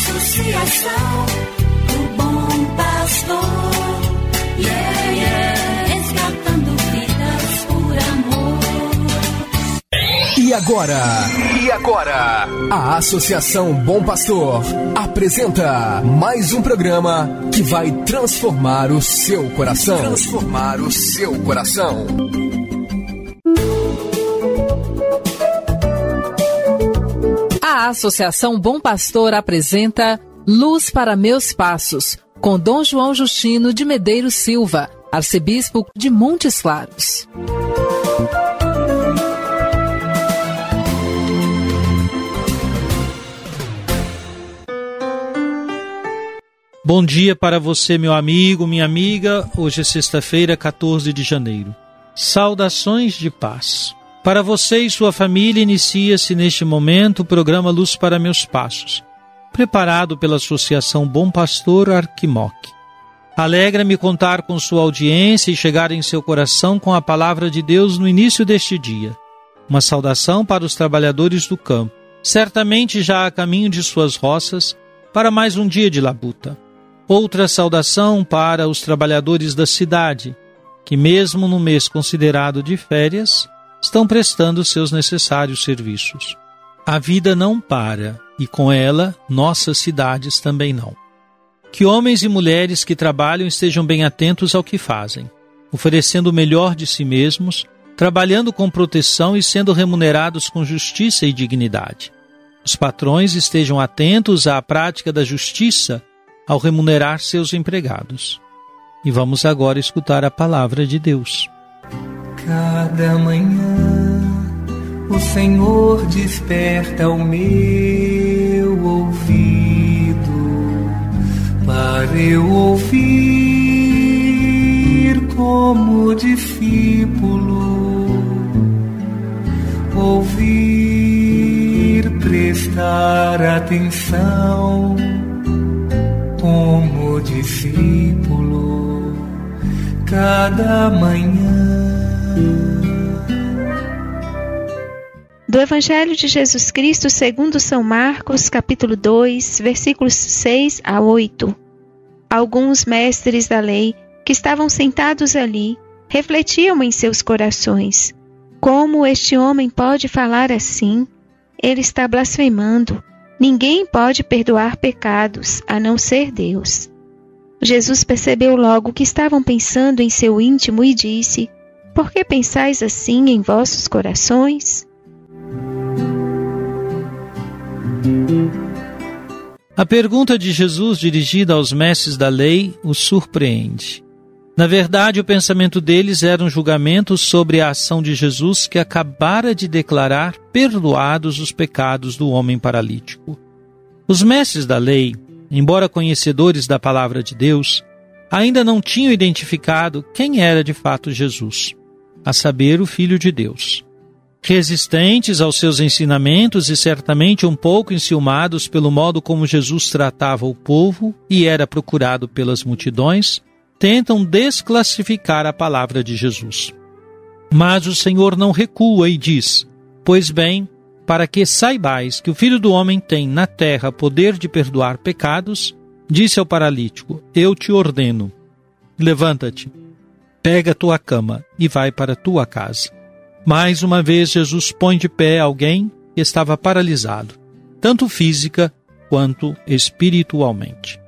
Associação do Bom Pastor, resgatando vidas por amor. E agora, a Associação Bom Pastor apresenta mais um programa que vai transformar o seu coração. A Associação Bom Pastor apresenta Luz para Meus Passos, com Dom João Justino de Medeiros Silva, arcebispo de Montes Claros. Bom dia para você, meu amigo, minha amiga. Hoje é sexta-feira, 14 de janeiro. Saudações de paz. Para você e sua família, inicia-se neste momento o programa Luz para Meus Passos, preparado pela Associação Bom Pastor Arquimoc. Alegra-me contar com sua audiência e chegar em seu coração com a palavra de Deus no início deste dia. Uma saudação para os trabalhadores do campo, certamente já a caminho de suas roças, para mais um dia de labuta. Outra saudação para os trabalhadores da cidade, que mesmo no mês considerado de férias, estão prestando seus necessários serviços. A vida não para, e com ela, nossas cidades também não. Que homens e mulheres que trabalham estejam bem atentos ao que fazem, oferecendo o melhor de si mesmos, trabalhando com proteção e sendo remunerados com justiça e dignidade. Os patrões estejam atentos à prática da justiça ao remunerar seus empregados. E vamos agora escutar a palavra de Deus. Cada manhã o Senhor desperta o meu ouvido para eu ouvir como discípulo, ouvir, prestar atenção como discípulo, cada manhã. Do Evangelho de Jesus Cristo segundo São Marcos, capítulo 2, versículos 6 a 8. Alguns mestres da lei que estavam sentados ali refletiam em seus corações: como este homem pode falar assim? Ele está blasfemando. Ninguém pode perdoar pecados, a não ser Deus. Jesus percebeu logo que estavam pensando em seu íntimo e disse: por que pensais assim em vossos corações? A pergunta de Jesus dirigida aos mestres da lei os surpreende. Na verdade, o pensamento deles era um julgamento sobre a ação de Jesus que acabara de declarar perdoados os pecados do homem paralítico. Os mestres da lei, embora conhecedores da palavra de Deus, ainda não tinham identificado quem era de fato Jesus, a saber, o Filho de Deus. Resistentes aos seus ensinamentos e certamente um pouco enciumados pelo modo como Jesus tratava o povo e era procurado pelas multidões, tentam desclassificar a palavra de Jesus. Mas o Senhor não recua e diz: pois bem, para que saibais que o Filho do Homem tem na terra poder de perdoar pecados, disse ao paralítico: eu te ordeno, levanta-te, pega a tua cama e vai para a tua casa. Mais uma vez Jesus põe de pé alguém que estava paralisado, tanto física quanto espiritualmente.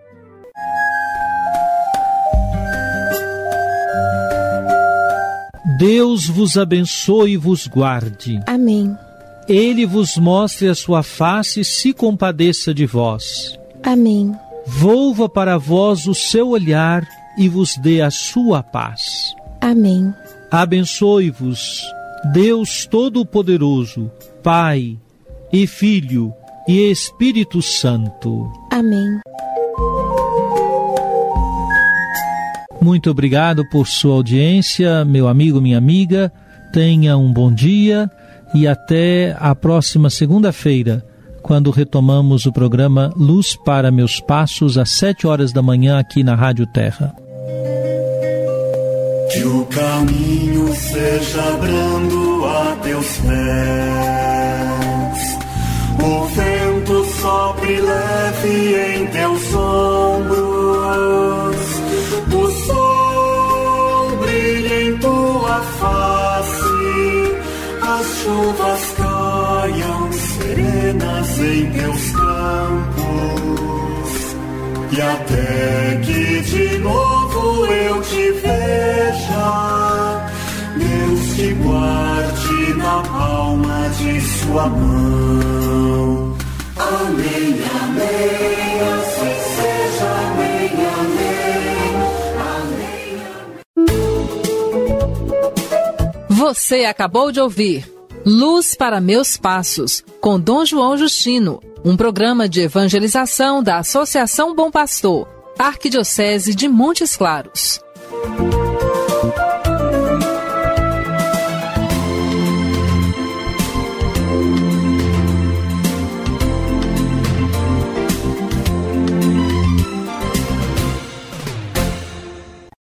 Deus vos abençoe e vos guarde. Amém. Ele vos mostre a sua face e se compadeça de vós. Amém. Volva para vós o seu olhar e vos dê a sua paz. Amém. Abençoe-vos Deus Todo-Poderoso, Pai e Filho e Espírito Santo. Amém. Muito obrigado por sua audiência, meu amigo, minha amiga. Tenha um bom dia e até a próxima segunda-feira, quando retomamos o programa Luz para Meus Passos, às 7 horas da manhã, aqui na Rádio Terra. Que o caminho seja brando a teus pés, o vento sopre leve leve em teus ombros. O sol brilha em tua face, as chuvas caiam serenas em teus campos, e até que de novo eu te veja, Deus te guarde na palma de sua mão. Amém, amém, assim seja, amém, amém, amém. Você acabou de ouvir Luz para Meus Passos, com Dom João Justino, um programa de evangelização da Associação Bom Pastor, Arquidiocese de Montes Claros.